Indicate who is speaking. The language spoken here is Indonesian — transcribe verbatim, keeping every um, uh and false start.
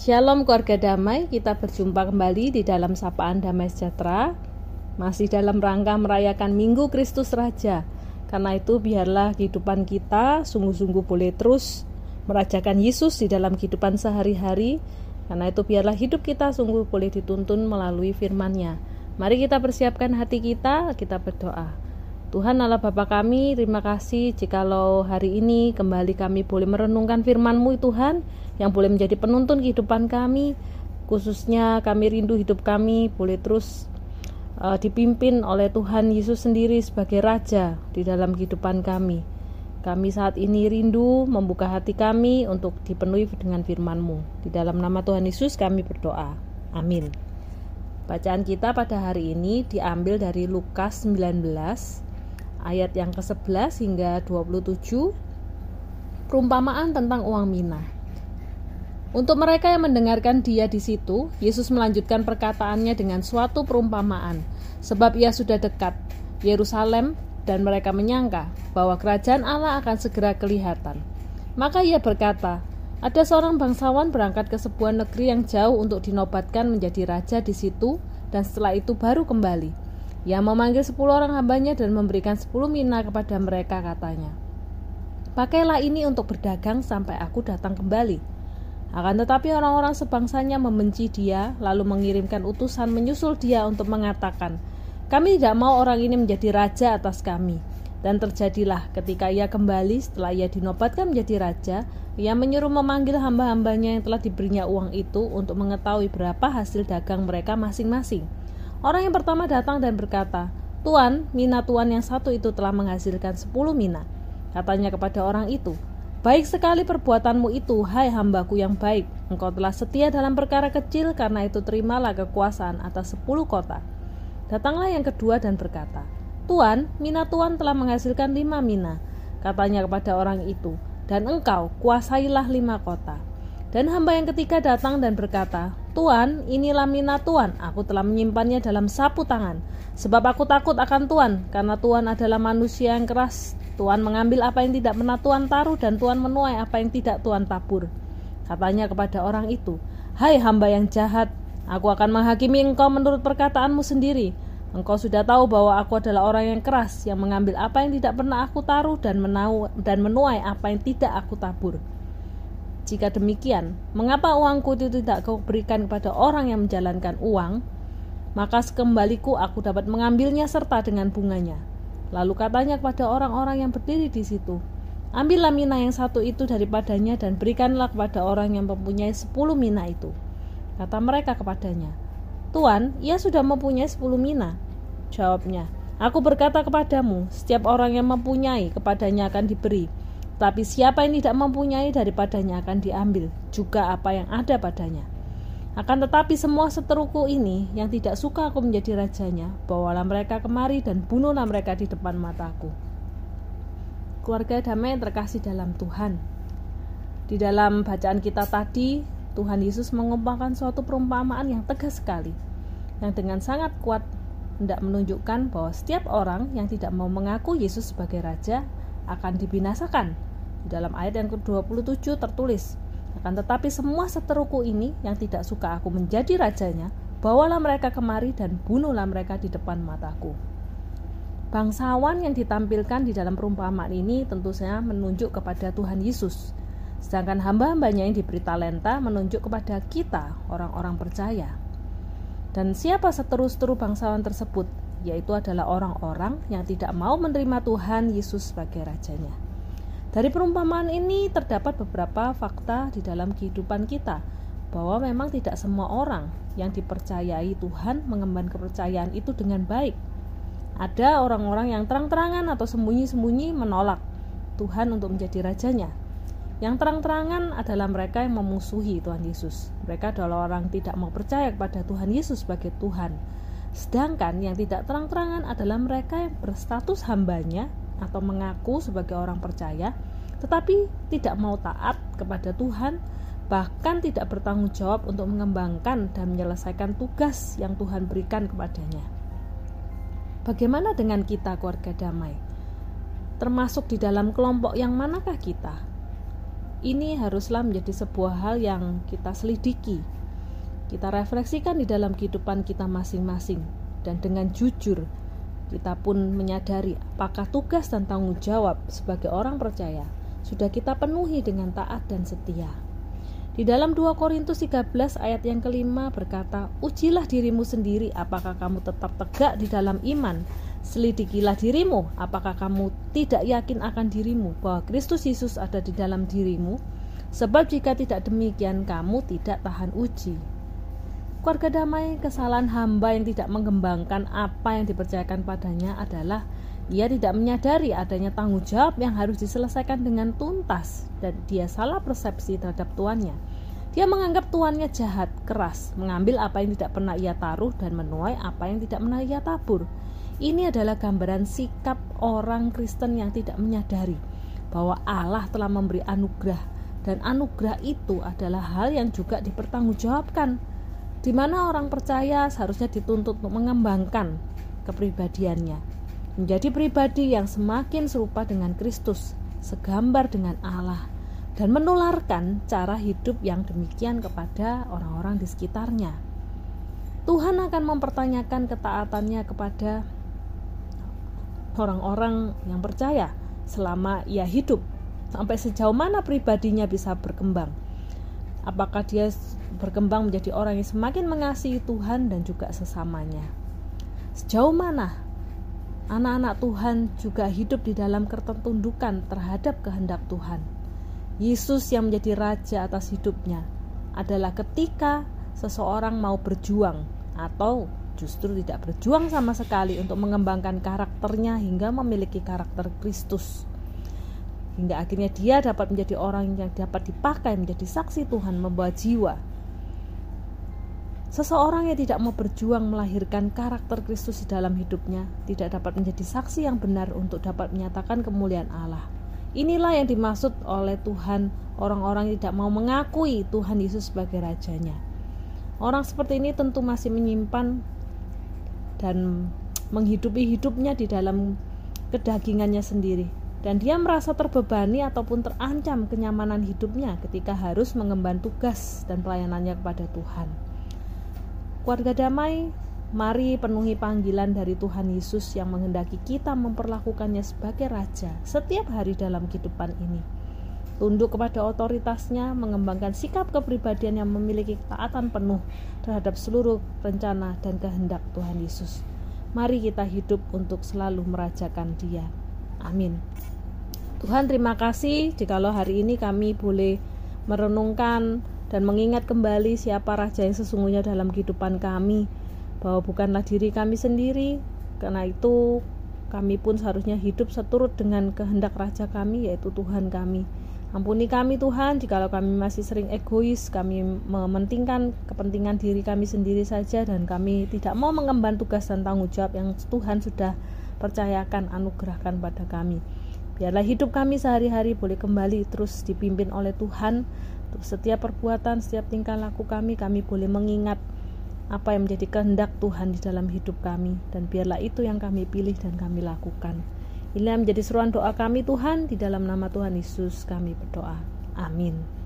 Speaker 1: Shalom keluarga damai, kita berjumpa kembali di dalam Sapaan Damai Sejahtera, masih dalam rangka merayakan Minggu Kristus Raja. Karena itu biarlah kehidupan kita sungguh-sungguh boleh terus merajakan Yesus di dalam kehidupan sehari-hari. Karena itu biarlah hidup kita sungguh boleh dituntun melalui firman-Nya. Mari kita persiapkan hati kita, kita berdoa. Tuhan Allah Bapa kami, terima kasih jikalau hari ini kembali kami boleh merenungkan firman-Mu Tuhan, yang boleh menjadi penuntun kehidupan kami, khususnya kami rindu hidup kami boleh terus uh, dipimpin oleh Tuhan Yesus sendiri sebagai Raja di dalam kehidupan kami. Kami saat ini rindu membuka hati kami untuk dipenuhi dengan firman-Mu. Di dalam nama Tuhan Yesus kami berdoa. Amin. Bacaan kita pada hari ini diambil dari Lukas sembilan belas ayat yang ke sebelas hingga dua puluh tujuh, perumpamaan tentang uang mina. Untuk mereka yang mendengarkan dia di situ, Yesus melanjutkan perkataannya dengan suatu perumpamaan, sebab ia sudah dekat, Yerusalem, dan mereka menyangka bahwa kerajaan Allah akan segera kelihatan. Maka ia berkata, ada seorang bangsawan berangkat ke sebuah negeri yang jauh untuk dinobatkan menjadi raja di situ, dan setelah itu baru kembali. Ia memanggil sepuluh orang hambanya dan memberikan sepuluh mina kepada mereka, katanya, pakailah ini untuk berdagang sampai aku datang kembali. Akan tetapi orang-orang sebangsanya membenci dia, lalu mengirimkan utusan menyusul dia untuk mengatakan, kami tidak mau orang ini menjadi raja atas kami. Dan terjadilah ketika ia kembali setelah ia dinobatkan menjadi raja, ia menyuruh memanggil hamba-hambanya yang telah diberinya uang itu untuk mengetahui berapa hasil dagang mereka masing-masing. Orang yang pertama datang dan berkata, Tuan, mina tuan yang satu itu telah menghasilkan sepuluh mina. Katanya kepada orang itu, baik sekali perbuatanmu itu, hai hambaku yang baik. Engkau telah setia dalam perkara kecil, karena itu terimalah kekuasaan atas sepuluh kota. Datanglah yang kedua dan berkata, Tuan, mina tuan telah menghasilkan lima mina. Katanya kepada orang itu, dan engkau kuasailah lima kota. Dan hamba yang ketiga datang dan berkata, Tuan, inilah mina tuan, aku telah menyimpannya dalam sapu tangan. Sebab aku takut akan Tuan, karena Tuan adalah manusia yang keras. Tuhan mengambil apa yang tidak pernah Tuhan taruh, dan Tuhan menuai apa yang tidak Tuhan tabur. Katanya kepada orang itu, hai hamba yang jahat, aku akan menghakimi engkau menurut perkataanmu sendiri. Engkau sudah tahu bahwa aku adalah orang yang keras, yang mengambil apa yang tidak pernah aku taruh, dan, menau, dan menuai apa yang tidak aku tabur. Jika demikian, mengapa uangku itu tidak kau berikan kepada orang yang menjalankan uang? Maka sekembaliku aku dapat mengambilnya serta dengan bunganya. Lalu katanya kepada orang-orang yang berdiri di situ, ambillah mina yang satu itu daripadanya dan berikanlah kepada orang yang mempunyai sepuluh mina itu. Kata mereka kepadanya, Tuan, ia sudah mempunyai sepuluh mina. Jawabnya, aku berkata kepadamu, setiap orang yang mempunyai kepadanya akan diberi, tapi siapa yang tidak mempunyai daripadanya akan diambil juga apa yang ada padanya. Akan tetapi semua seteruku ini yang tidak suka aku menjadi rajanya, bawalah mereka kemari dan bunuhlah mereka di depan mataku. Keluarga damai yang terkasih dalam Tuhan, di dalam bacaan kita tadi, Tuhan Yesus mengumpulkan suatu perumpamaan yang tegas sekali, yang dengan sangat kuat hendak menunjukkan bahwa setiap orang yang tidak mau mengaku Yesus sebagai Raja akan dibinasakan. Di dalam ayat yang ke dua puluh tujuh tertulis, akan tetapi semua seteruku ini yang tidak suka aku menjadi rajanya, bawalah mereka kemari dan bunuhlah mereka di depan mataku. Bangsawan yang ditampilkan di dalam perumpamaan ini tentu saja menunjuk kepada Tuhan Yesus. Sedangkan hamba-hambanya yang diberi talenta menunjuk kepada kita, orang-orang percaya. Dan siapa seteru-seteru bangsawan tersebut? Yaitu adalah orang-orang yang tidak mau menerima Tuhan Yesus sebagai rajanya. Dari perumpamaan ini terdapat beberapa fakta di dalam kehidupan kita, bahwa memang tidak semua orang yang dipercayai Tuhan mengemban kepercayaan itu dengan baik. Ada orang-orang yang terang-terangan atau sembunyi-sembunyi menolak Tuhan untuk menjadi rajanya. Yang terang-terangan adalah mereka yang memusuhi Tuhan Yesus. Mereka adalah orang tidak mau percaya kepada Tuhan Yesus sebagai Tuhan. Sedangkan yang tidak terang-terangan adalah mereka yang berstatus hambanya atau mengaku sebagai orang percaya, tetapi tidak mau taat kepada Tuhan, bahkan tidak bertanggung jawab untuk mengembangkan dan menyelesaikan tugas yang Tuhan berikan kepadanya. Bagaimana dengan kita, keluarga damai? Termasuk di dalam kelompok yang manakah kita? Ini haruslah menjadi sebuah hal yang kita selidiki, kita refleksikan di dalam kehidupan kita masing-masing, dan dengan jujur kita pun menyadari apakah tugas dan tanggung jawab sebagai orang percaya sudah kita penuhi dengan taat dan setia. Di dalam dua Korintus tiga belas ayat yang kelima berkata, ujilah dirimu sendiri apakah kamu tetap tegak di dalam iman. Selidikilah dirimu, apakah kamu tidak yakin akan dirimu bahwa Kristus Yesus ada di dalam dirimu? Sebab jika tidak demikian, kamu tidak tahan uji. Keluarga damai, kesalahan hamba yang tidak mengembangkan apa yang dipercayakan padanya adalah ia tidak menyadari adanya tanggung jawab yang harus diselesaikan dengan tuntas, dan dia salah persepsi terhadap tuannya. Dia menganggap tuannya jahat, keras, mengambil apa yang tidak pernah ia taruh dan menuai apa yang tidak pernah ia tabur. Ini adalah gambaran sikap orang Kristen yang tidak menyadari bahwa Allah telah memberi anugerah, dan anugerah itu adalah hal yang juga dipertanggungjawabkan, di mana orang percaya seharusnya dituntut untuk mengembangkan kepribadiannya, menjadi pribadi yang semakin serupa dengan Kristus, segambar dengan Allah, dan menularkan cara hidup yang demikian kepada orang-orang di sekitarnya. Tuhan akan mempertanyakan ketaatannya kepada orang-orang yang percaya selama ia hidup, sampai sejauh mana pribadinya bisa berkembang. Apakah dia berkembang menjadi orang yang semakin mengasihi Tuhan dan juga sesamanya? Sejauh mana anak-anak Tuhan juga hidup di dalam ketertundukan terhadap kehendak Tuhan? Yesus yang menjadi raja atas hidupnya adalah ketika seseorang mau berjuang atau justru tidak berjuang sama sekali untuk mengembangkan karakternya hingga memiliki karakter Kristus, hingga akhirnya dia dapat menjadi orang yang dapat dipakai menjadi saksi Tuhan, membawa jiwa. Seseorang yang tidak mau berjuang melahirkan karakter Kristus di dalam hidupnya tidak dapat menjadi saksi yang benar untuk dapat menyatakan kemuliaan Allah. Inilah yang dimaksud oleh Tuhan orang-orang yang tidak mau mengakui Tuhan Yesus sebagai rajanya. Orang seperti ini tentu masih menyimpan dan menghidupi hidupnya di dalam kedagingannya sendiri, dan dia merasa terbebani ataupun terancam kenyamanan hidupnya ketika harus mengemban tugas dan pelayanannya kepada Tuhan. Keluarga damai, mari penuhi panggilan dari Tuhan Yesus yang menghendaki kita memperlakukannya sebagai Raja setiap hari dalam kehidupan ini. Tunduk kepada otoritasnya, mengembangkan sikap kepribadian yang memiliki ketaatan penuh terhadap seluruh rencana dan kehendak Tuhan Yesus. Mari kita hidup untuk selalu merajakan Dia. Amin. Tuhan, terima kasih jikalau hari ini kami boleh merenungkan dan mengingat kembali siapa Raja yang sesungguhnya dalam kehidupan kami, bahwa bukanlah diri kami sendiri. Karena itu kami pun seharusnya hidup seturut dengan kehendak Raja kami, yaitu Tuhan kami. Ampuni kami Tuhan, jikalau kami masih sering egois, kami mementingkan kepentingan diri kami sendiri saja, dan kami tidak mau mengemban tugas dan tanggung jawab yang Tuhan sudah percayakan, anugerahkan pada kami. Biarlah hidup kami sehari-hari boleh kembali terus dipimpin oleh Tuhan. Untuk setiap perbuatan, setiap tingkah laku kami, kami boleh mengingat apa yang menjadi kehendak Tuhan di dalam hidup kami, dan biarlah itu yang kami pilih dan kami lakukan. Inilah menjadi seruan doa kami Tuhan, di dalam nama Tuhan Yesus kami berdoa. Amin.